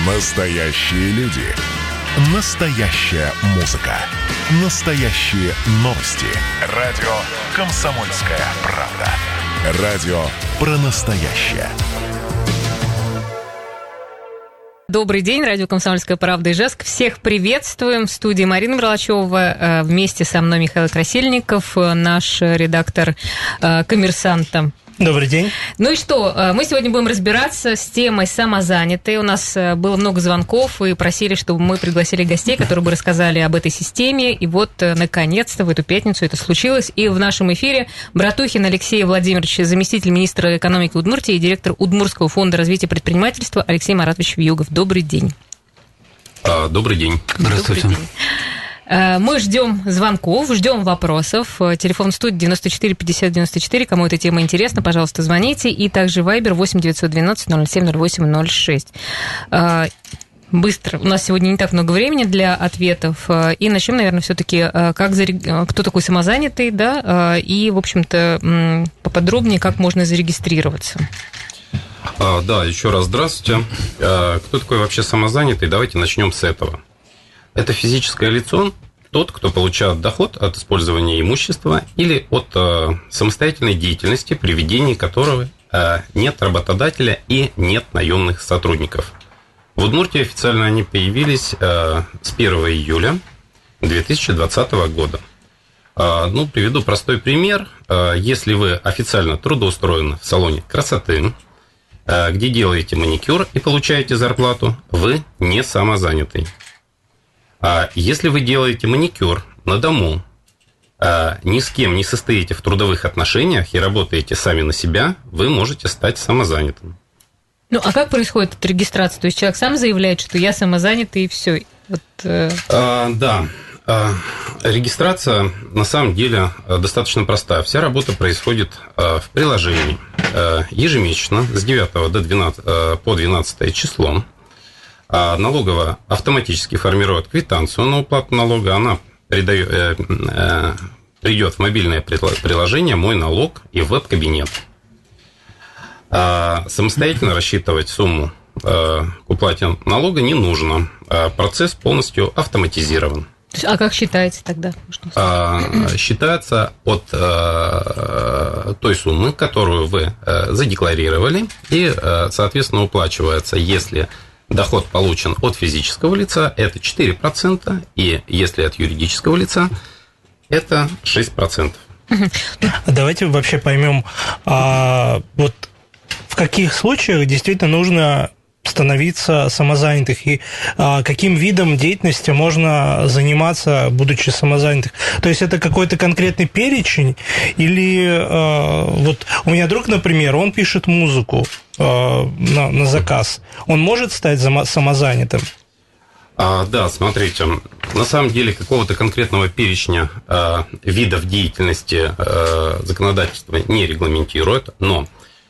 Настоящие люди. Настоящая музыка. Настоящие новости. Радио «Комсомольская правда». Радио про настоящее. Добрый день, радио «Комсомольская правда» Ижевск. Всех приветствуем. В студии Марина Мерлачева. Вместе со мной Михаил Красильников, наш редактор «Коммерсанта». Добрый день. Ну и что, мы сегодня будем разбираться с темой самозанятые. У нас было много звонков и просили, чтобы мы пригласили гостей, которые бы рассказали об этой системе. И вот, наконец-то, в эту пятницу это случилось. И в нашем эфире Братухин Алексей Владимирович, заместитель министра экономики Удмуртии и директор Удмуртского фонда развития предпринимательства Алексей Маратович Вьюгов. Добрый день. Добрый день. Здравствуйте. Добрый день. Мы ждем звонков, ждем вопросов. Телефон в студии 94 50 94. Кому эта тема интересна, пожалуйста, звоните. И также Вайбер 8 912 07 08 06. Быстро. У нас сегодня не так много времени для ответов. И начнем, наверное, все-таки, кто такой самозанятый, да, и, в общем-то, поподробнее, как можно зарегистрироваться. Да, еще раз здравствуйте. Кто такой вообще самозанятый? Давайте начнем с этого. Это физическое лицо, тот, кто получает доход от использования имущества или от самостоятельной деятельности, при ведении которого нет работодателя и нет наемных сотрудников. В Удмуртии официально они появились с 1 июля 2020 года. Приведу простой пример. Если вы официально трудоустроены в салоне красоты, где делаете маникюр и получаете зарплату, вы не самозанятый. А если вы делаете маникюр на дому, ни с кем не состоите в трудовых отношениях и работаете сами на себя, вы можете стать самозанятым. Ну, а как происходит эта регистрация? То есть человек сам заявляет, что я самозанятый, и все. Да. Регистрация на самом деле достаточно простая. Вся работа происходит в приложении. Ежемесячно с 9 по 12 число налоговая автоматически формирует квитанцию на уплату налога. Она придет в мобильное приложение «Мой налог» и в веб-кабинет. Самостоятельно рассчитывать сумму к уплате налога не нужно. Процесс полностью автоматизирован. А как считается тогда? Считается от той суммы, которую вы задекларировали, и, соответственно, уплачивается, если доход получен от физического лица, это 4%, и если от юридического лица, это 6%. Давайте вообще поймем, вот в каких случаях действительно нужно становиться самозанятым и каким видом деятельности можно заниматься, будучи самозанятым. То есть это какой-то конкретный перечень или вот у меня друг, например, он пишет музыку на заказ. Он может стать самозанятым? Да, смотрите, на самом деле какого-то конкретного перечня видов деятельности законодательство не регламентирует, но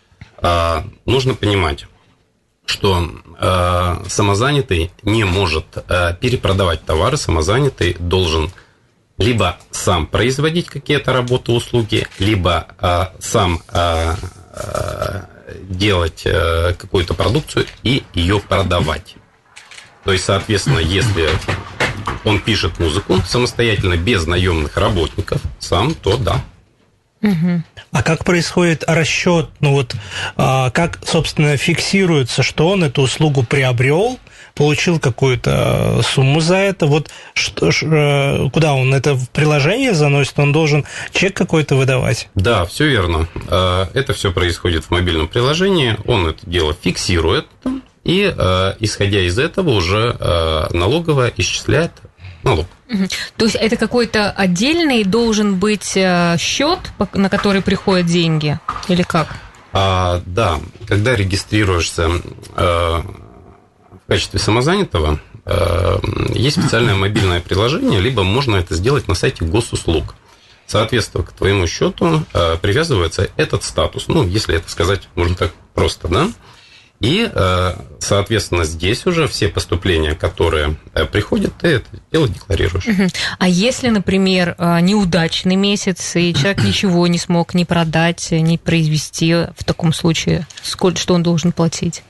нужно понимать, что самозанятый не может перепродавать товары, самозанятый должен либо сам производить какие-то работы, услуги, либо сам делать какую-то продукцию и ее продавать. То есть, соответственно, если он пишет музыку самостоятельно, без наемных работников, сам, то да. А как происходит расчет? Как, собственно, фиксируется, что он эту услугу приобрел, получил какую-то сумму за это? Вот куда он это в приложение заносит? Он должен чек какой-то выдавать? Да, все верно. Это все происходит в мобильном приложении. Он это дело фиксирует, и, исходя из этого, уже налоговая исчисляет налог. То есть это какой-то отдельный должен быть счет, на который приходят деньги, или как? Да, когда регистрируешься в качестве самозанятого, есть специальное мобильное приложение, либо можно это сделать на сайте госуслуг. Соответственно, к твоему счету привязывается этот статус, если это сказать можно так просто, да? И, Соответственно, здесь уже все поступления, которые приходят, ты это дело декларируешь. А если, например, неудачный месяц, и человек ничего не смог ни продать, ни произвести, в таком случае, что он должен платить?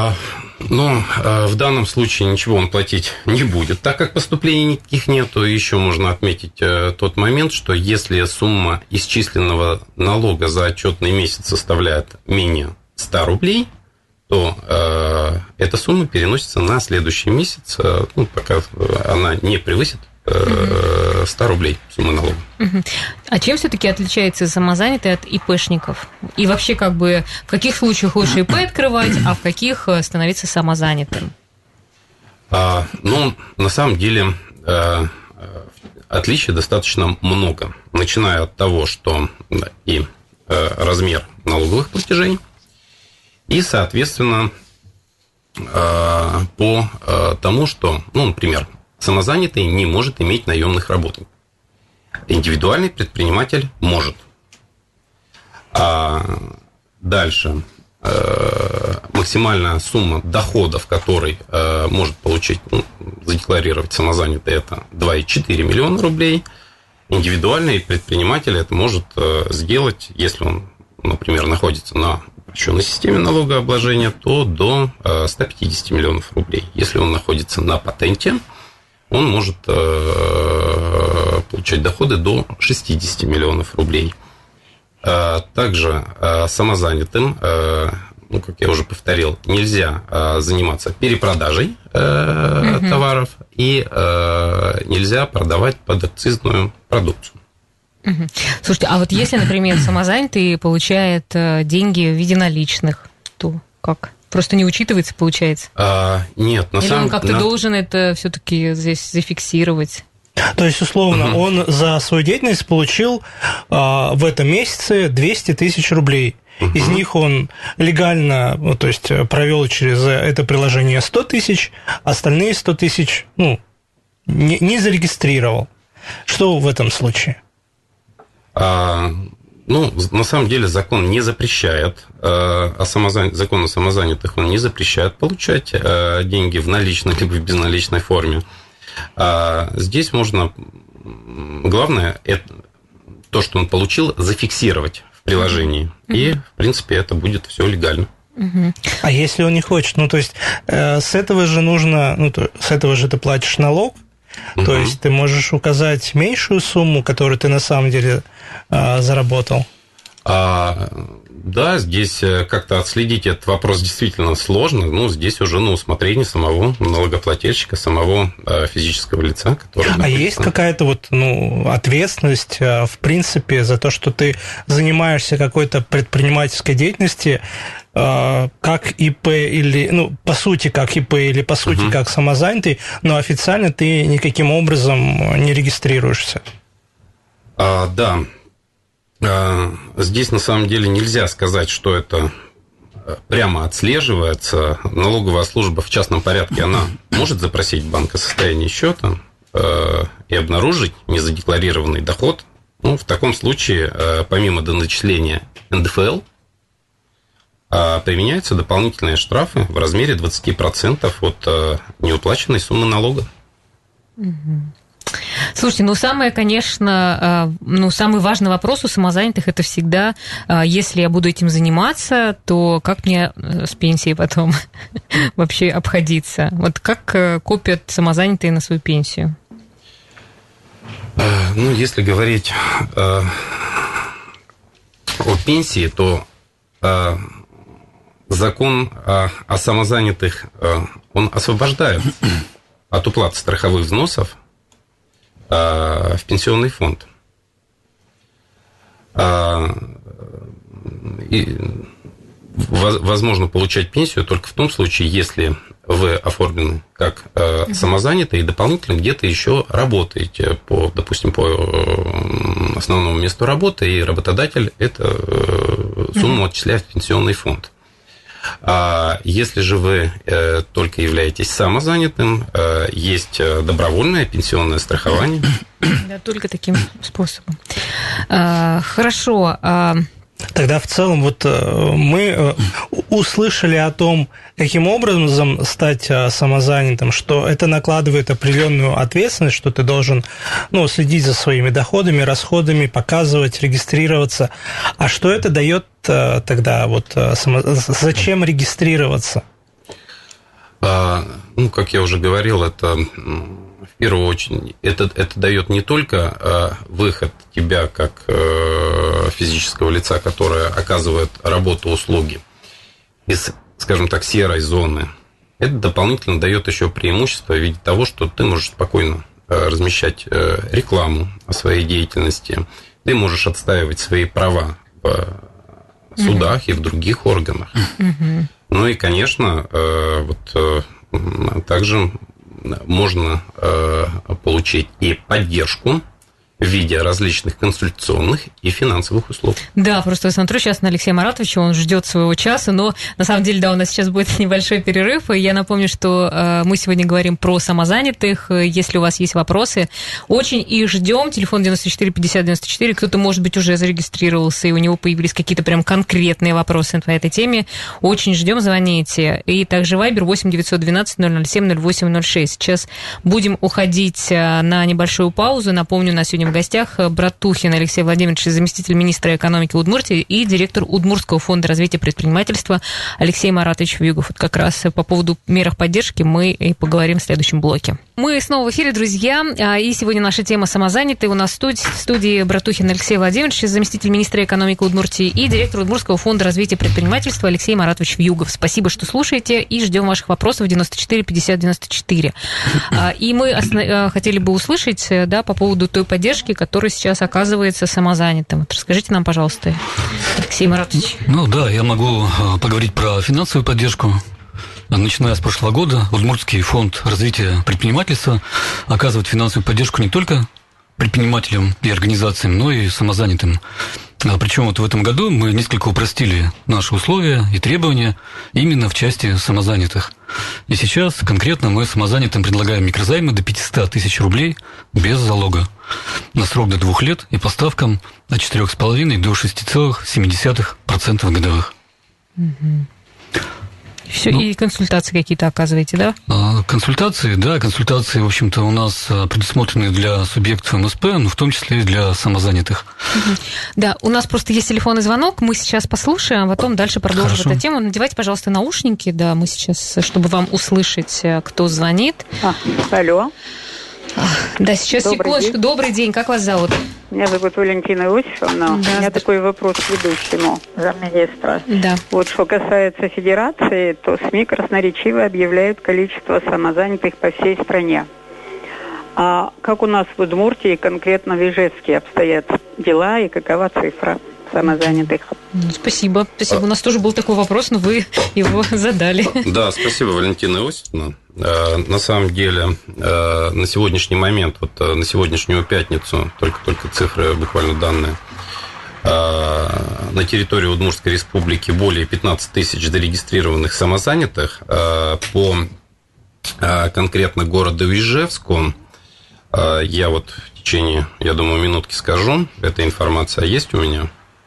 В данном случае ничего он платить не будет, так как поступлений никаких нету. Еще можно отметить тот момент, что если сумма исчисленного налога за отчетный месяц составляет менее 100 рублей, то эта сумма переносится на следующий месяц, пока она не превысит 100 рублей суммы налога. А чем все-таки отличается самозанятый от ИПшников? И вообще, в каких случаях лучше ИП открывать, а в каких становиться самозанятым? На самом деле отличий достаточно много, начиная от того, что и размер налоговых платежей, и, соответственно, по тому, что, например, самозанятый не может иметь наемных работников. Индивидуальный предприниматель может. Дальше. Максимальная сумма доходов, который может получить, задекларировать самозанятый, это 2,4 миллиона рублей. Индивидуальный предприниматель это может сделать, если он, например, находится на упрощенной системе налогообложения, то до 150 миллионов рублей. Если он находится на патенте, он может получать доходы до 60 миллионов рублей. Также самозанятым, как я уже повторил, нельзя заниматься перепродажей товаров и нельзя продавать подакцизную продукцию. Слушайте, а вот если, например, самозанятый получает деньги в виде наличных, то как? Просто не учитывается, получается? Нет, на самом деле. Или он как-то должен это все-таки здесь зафиксировать? То есть, условно, он за свою деятельность получил в этом месяце 200 тысяч рублей. Из них он легально, то есть, провел через это приложение 100 тысяч, остальные 100 тысяч, не зарегистрировал. Что в этом случае? На самом деле закон не запрещает, закон о самозанятых он не запрещает получать деньги в наличной либо в безналичной форме. Здесь можно, главное, то, что он получил, зафиксировать в приложении. И, в принципе, это будет все легально. А если он не хочет? То есть, с этого же нужно, с этого же ты платишь налог, то есть, ты можешь указать меньшую сумму, которую ты на самом деле заработал? Да, здесь как-то отследить этот вопрос действительно сложно. Здесь уже на усмотрение самого налогоплательщика, самого физического лица, который... А есть какая-то ответственность, в принципе, за то, что ты занимаешься какой-то предпринимательской деятельностью, как ИП или, по сути, как ИП или, по сути, как самозанятый, но официально ты никаким образом не регистрируешься? Да. Здесь на самом деле нельзя сказать, что это прямо отслеживается. Налоговая служба в частном порядке, она может запросить банка состояние счета и обнаружить незадекларированный доход. В таком случае, помимо доначисления НДФЛ, применяются дополнительные штрафы в размере 20% от неуплаченной суммы налога. Слушайте, самый важный вопрос у самозанятых – это всегда, если я буду этим заниматься, то как мне с пенсией потом вообще обходиться? Вот как копят самозанятые на свою пенсию? Если говорить о пенсии, то закон о самозанятых, он освобождает от уплаты страховых взносов в пенсионный фонд. И возможно получать пенсию только в том случае, если вы оформлены как самозанятый и дополнительно где-то еще работаете, допустим, по основному месту работы, и работодатель эту сумму отчисляет в пенсионный фонд. А если же вы только являетесь самозанятым, есть добровольное пенсионное страхование. Да, только таким способом. Хорошо. Тогда в целом вот мы услышали о том, каким образом стать самозанятым, что это накладывает определенную ответственность, что ты должен следить за своими доходами, расходами, показывать, регистрироваться. А что это дает тогда? Зачем регистрироваться? Как я уже говорил, это в первую очередь это дает не только выход тебя как физического лица, которое оказывает работу, услуги из, скажем так, серой зоны. Это дополнительно дает еще преимущество в виде того, что ты можешь спокойно размещать рекламу о своей деятельности, ты можешь отстаивать свои права в судах и в других органах. Ну и, конечно, также можно получить и поддержку в виде различных консультационных и финансовых услуг. Да, просто я смотрю сейчас на Алексея Маратовича, он ждет своего часа, но на самом деле, да, у нас сейчас будет небольшой перерыв, и я напомню, что мы сегодня говорим про самозанятых. Если у вас есть вопросы, очень их ждем. Телефон 94 50 94. Кто-то, может быть, уже зарегистрировался, и у него появились какие-то прям конкретные вопросы по этой теме. Очень ждем, звоните. И также Вайбер 8 912 007 08 06. Сейчас будем уходить на небольшую паузу. Напомню, у нас сегодня в гостях Братухин Алексей Владимирович, заместитель министра экономики Удмуртии и директор Удмуртского фонда развития предпринимательства Алексей Маратович Вьюгов. Вот как раз по поводу мер поддержки мы и поговорим в следующем блоке. Мы снова в эфире, друзья, и сегодня наша тема самозанятые. У нас в студии Братухин Алексей Владимирович, заместитель министра экономики Удмуртии и директор Удмуртского фонда развития предпринимательства Алексей Маратович Вьюгов. Спасибо, что слушаете, и ждем ваших вопросов 94 50 94. И мы хотели бы услышать, да, по поводу той поддержки, который сейчас оказывается самозанятым. Вот расскажите нам, пожалуйста, Алексей Маратович. Я могу поговорить про финансовую поддержку. Начиная с прошлого года Удмуртский фонд развития предпринимательства оказывает финансовую поддержку не только предпринимателям и организациям, но и самозанятым. Причем в этом году мы несколько упростили наши условия и требования именно в части самозанятых. И сейчас конкретно мы самозанятым предлагаем микрозаймы до 500 тысяч рублей без залога на срок до 2 лет и по ставкам от 4,5 до 6,7% годовых. Все, и консультации какие-то оказываете, да? Консультации, в общем-то, у нас предусмотрены для субъектов МСП, но в том числе и для самозанятых. Да, у нас просто есть телефонный звонок, мы сейчас послушаем, а потом дальше продолжим эту тему. Надевайте, пожалуйста, наушники, да, мы сейчас, чтобы вам услышать, кто звонит. Алло. Да, сейчас секундочку. Добрый день, как вас зовут? Меня зовут Валентина Иосифовна. Да, у меня такой вопрос к ведущему замминистра. Да. Вот что касается федерации, то СМИ красноречиво объявляют количество самозанятых по всей стране. А как у нас в Удмуртии, конкретно в Ижевске, обстоят дела и какова цифра самозанятых? Спасибо. У нас тоже был такой вопрос, но вы его задали. Да, спасибо, Валентина Иосифовна. На самом деле, на сегодняшний момент, на сегодняшнюю пятницу, только цифры, буквально данные, на территории Удмуртской республики более 15 тысяч зарегистрированных самозанятых. По конкретно городу Ижевску я в течение, я думаю, минутки скажу. Эта информация есть у меня.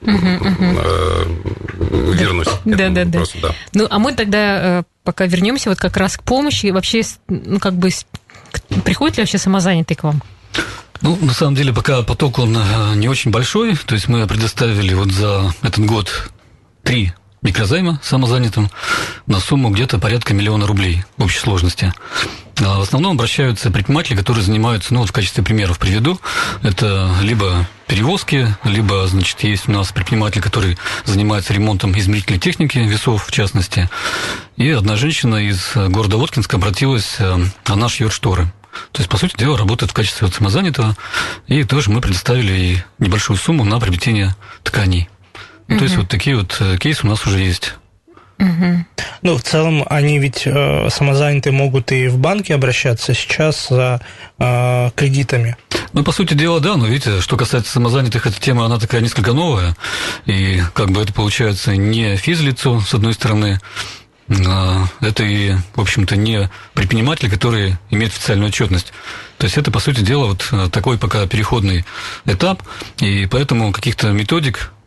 Вернусь к этому вопросу. Да. А мы тогда пока вернемся как раз к помощи. Вообще, приходит ли вообще самозанятый к вам? На самом деле, пока поток он не очень большой. То есть мы предоставили за этот год 3 микрозайма самозанятым на сумму где-то порядка 1 миллиона рублей в общей сложности. В основном обращаются предприниматели, которые занимаются, в качестве примеров приведу, это либо перевозки, либо, есть у нас предприниматели, которые занимаются ремонтом измерительной техники, весов в частности. И одна женщина из города Воткинска обратилась, она шьет шторы. То есть, по сути дела, работает в качестве самозанятого, и тоже мы предоставили ей небольшую сумму на приобретение тканей. То есть, такие кейсы у нас уже есть. В целом, они ведь самозанятые могут и в банке обращаться сейчас за кредитами. По сути дела, да, но видите, что касается самозанятых, эта тема, она такая несколько новая, и это получается не физлицо, с одной стороны, это и, в общем-то, не предприниматели, которые имеют официальную отчетность. То есть это, по сути дела, такой пока переходный этап, и поэтому каких-то методик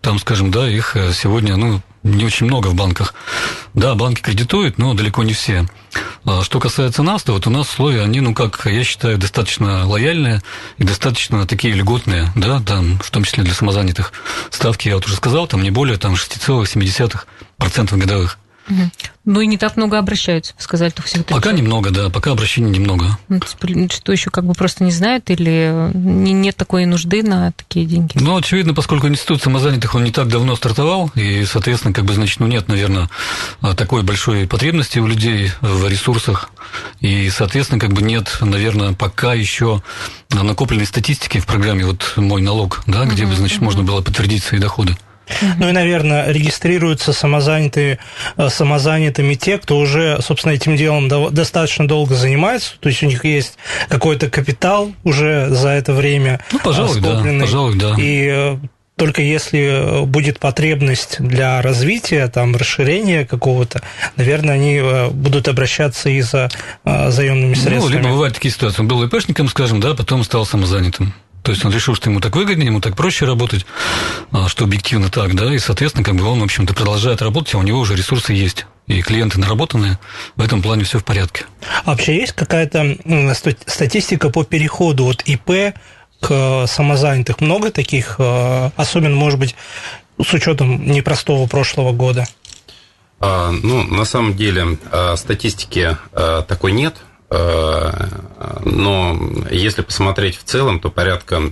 там, скажем, да, их сегодня, не очень много в банках. Да, банки кредитуют, но далеко не все. Что касается нас, то вот у нас условия, они, как я считаю, достаточно лояльные и достаточно такие льготные, да, там, в том числе для самозанятых. Ставки, я вот уже сказал, там не более 6,7% годовых. И не так много обращаются, вы сказали, что всегда. Пока немного, да, пока обращений немного. Что еще просто не знают или нет такой нужды на такие деньги? Очевидно, поскольку институт самозанятых, он не так давно стартовал, и, соответственно, нет, наверное, такой большой потребности у людей в ресурсах, и, соответственно, нет, наверное, пока еще накопленной статистики в программе «Мой налог», да, где бы, можно было подтвердить свои доходы. И, наверное, регистрируются самозанятыми те, кто уже, собственно, этим делом достаточно долго занимается, то есть у них есть какой-то капитал уже за это время скопленный. Пожалуй, да. И только если будет потребность для развития, расширения какого-то, наверное, они будут обращаться и за заемными средствами. Либо бывают такие ситуации. Он был ИПшником, скажем, да, потом стал самозанятым. То есть он решил, что ему так выгоднее, ему так проще работать, что объективно так, да, и, соответственно, он, в общем-то, продолжает работать, а у него уже ресурсы есть, и клиенты наработанные, в этом плане все в порядке. А вообще есть какая-то статистика по переходу от ИП к самозанятых? Много таких, особенно, может быть, с учетом непростого прошлого года? На самом деле статистики такой нет. Но если посмотреть в целом, то порядка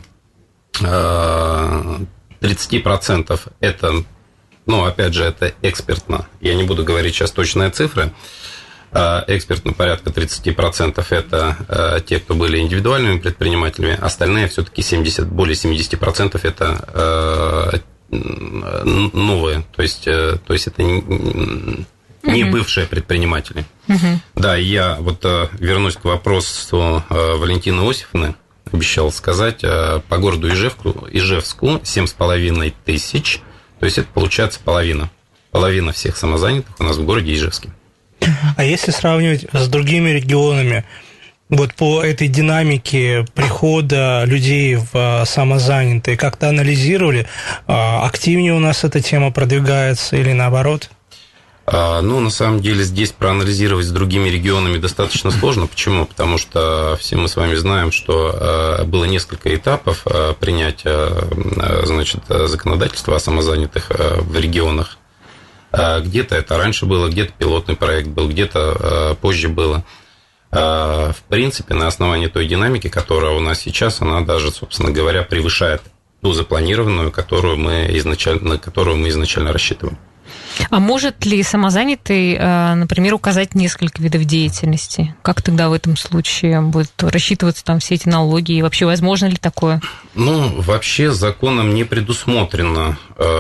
30% это, опять же, это экспертно. Я не буду говорить сейчас точные цифры. Экспертно порядка 30% это те, кто были индивидуальными предпринимателями. Остальные все-таки более 70% это новые. То есть это не бывшие предприниматели. Да, я вернусь к вопросу Валентины Иосифовны. Обещал сказать, по городу Ижевску 7,5 тысяч. То есть это получается половина всех самозанятых у нас в городе Ижевске. А если сравнивать с другими регионами, по этой динамике прихода людей в самозанятые, как-то анализировали, активнее у нас эта тема продвигается или наоборот? На самом деле здесь проанализировать с другими регионами достаточно сложно. Почему? Потому что все мы с вами знаем, что было несколько этапов принятия, законодательства о самозанятых в регионах. Где-то это раньше было, где-то пилотный проект был, где-то позже было. В принципе, на основании той динамики, которая у нас сейчас, она даже, собственно говоря, превышает ту запланированную, на которую мы изначально рассчитываем. А может ли самозанятый, например, указать несколько видов деятельности? Как тогда в этом случае будут рассчитываться все эти налоги? И вообще, возможно ли такое? Вообще законом не предусмотрены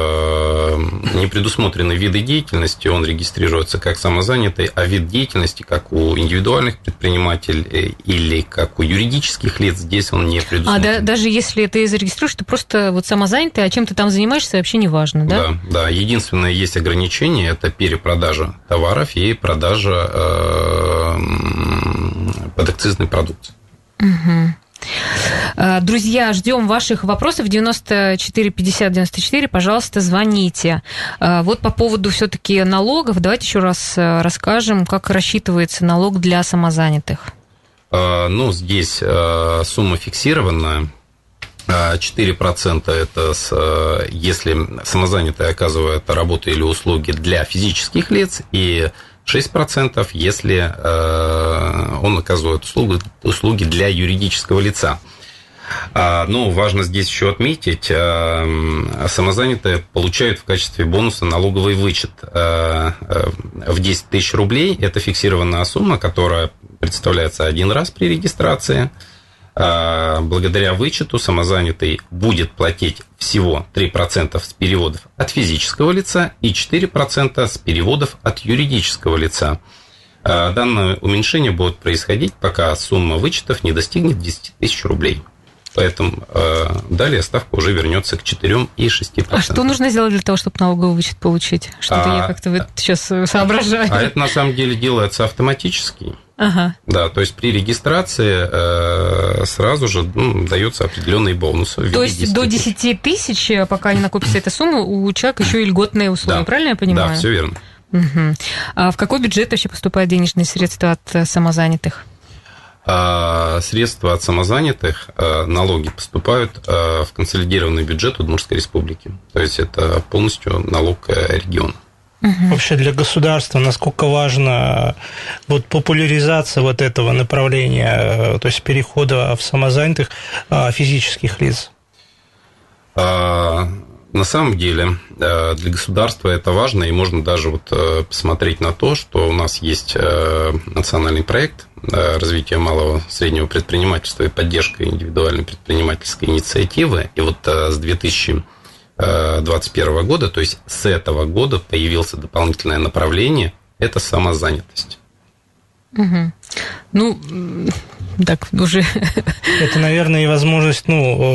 виды деятельности. Он регистрируется как самозанятый, а вид деятельности, как у индивидуальных предпринимателей или как у юридических лиц, здесь он не предусмотрен. Даже если ты зарегистрируешь, ты просто самозанятый, а чем ты там занимаешься, вообще не важно, да? Да. Единственное, есть ограничение, это перепродажа товаров и продажа подакцизной продукции. Угу. Друзья, ждем ваших вопросов. 94 50 94, пожалуйста, звоните. По поводу все-таки налогов, давайте еще раз расскажем, как рассчитывается налог для самозанятых. Здесь сумма фиксированная. 4% это если самозанятый оказывает работу или услуги для физических лиц, и 6%, если он оказывает услуги для юридического лица. Важно здесь еще отметить, самозанятые получают в качестве бонуса налоговый вычет в 10 тысяч рублей. Это фиксированная сумма, которая представляется один раз при регистрации. Благодаря вычету самозанятый будет платить всего 3% с переводов от физического лица и 4% с переводов от юридического лица. Данное уменьшение будет происходить, пока сумма вычетов не достигнет 10 тысяч рублей. Поэтому далее ставка уже вернется к 4 и 6%. А что нужно сделать для того, чтобы налоговый вычет получить? Что-то я как-то сейчас соображаю. Это на самом деле делается автоматически. Ага. Да, то есть при регистрации сразу же дается определенные бонусы. То есть до 10 тысяч, пока не накопится эта сумма, у человека еще и льготные условия, да. Правильно я понимаю? Да, все верно. Угу. А в какой бюджет вообще поступают денежные средства от самозанятых? Средства от самозанятых, налоги поступают в консолидированный бюджет Удмуртской республики. То есть это полностью налог региона. Вообще для государства насколько важна вот популяризация вот этого направления, то есть перехода в самозанятых физических лиц? На самом деле для государства это важно, и можно даже вот посмотреть на то, что у нас есть национальный проект развития малого и среднего предпринимательства и поддержка индивидуальной предпринимательской инициативы. И вот с 2021 года, то есть с этого года появилось дополнительное направление – это самозанятость. Угу. Ну, так уже... Это, наверное, и возможность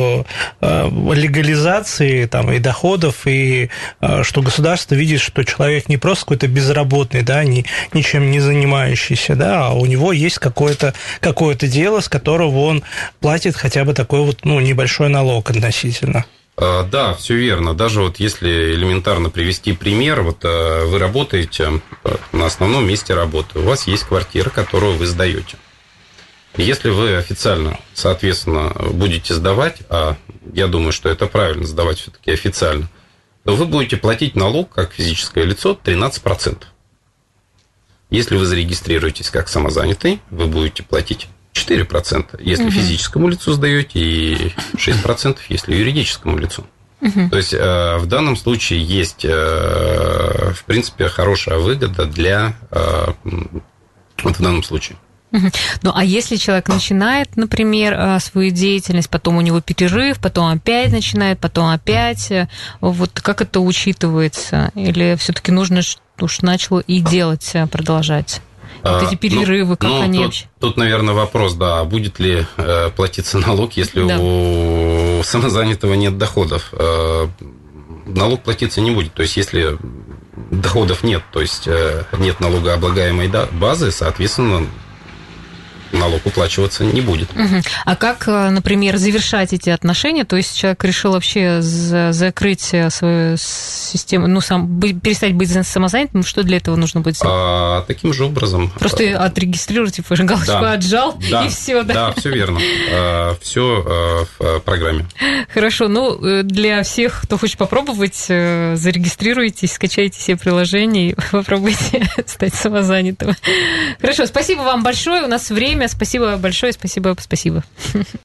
легализации там, и доходов, и что государство видит, что человек не просто какой-то безработный, да, ничем не занимающийся, да, а у него есть какое-то дело, с которого он платит хотя бы такой вот небольшой налог относительно. Да, все верно. Даже вот если элементарно привести пример, вот вы работаете на основном месте работы, у вас есть квартира, которую вы сдаете. Если вы официально, соответственно, будете сдавать, а я думаю, что это правильно, сдавать все-таки официально, то вы будете платить налог как физическое лицо 13%. Если вы зарегистрируетесь как самозанятый, вы будете платить 4%, если физическому лицу сдаете, и 6%, если юридическому лицу. То есть в данном случае есть, в принципе, хорошая выгода для вот в данном случае. Ну, а если человек начинает, например, свою деятельность, потом у него перерыв, потом опять начинает, потом опять, вот как это учитывается? Или все-таки нужно, уж начал и делать, продолжать? Вот эти перерывы, как они вообще? Тут, наверное, вопрос, да, будет ли платиться налог, если у самозанятого нет доходов. Налог платиться не будет. То есть, если доходов нет, то есть нет налогооблагаемой базы, соответственно, налог уплачиваться не будет. А как, например, завершать эти отношения? То есть человек решил вообще закрыть свою систему, перестать быть самозанятым, что для этого нужно будет сделать? Таким же образом. Просто отрегистрировать, галочку отжал, и все, да? Да, все верно. Все в программе. Хорошо, для всех, кто хочет попробовать, зарегистрируйтесь, скачайте все приложения и попробуйте стать самозанятым. Хорошо, спасибо вам большое, у нас время. Спасибо большое, спасибо.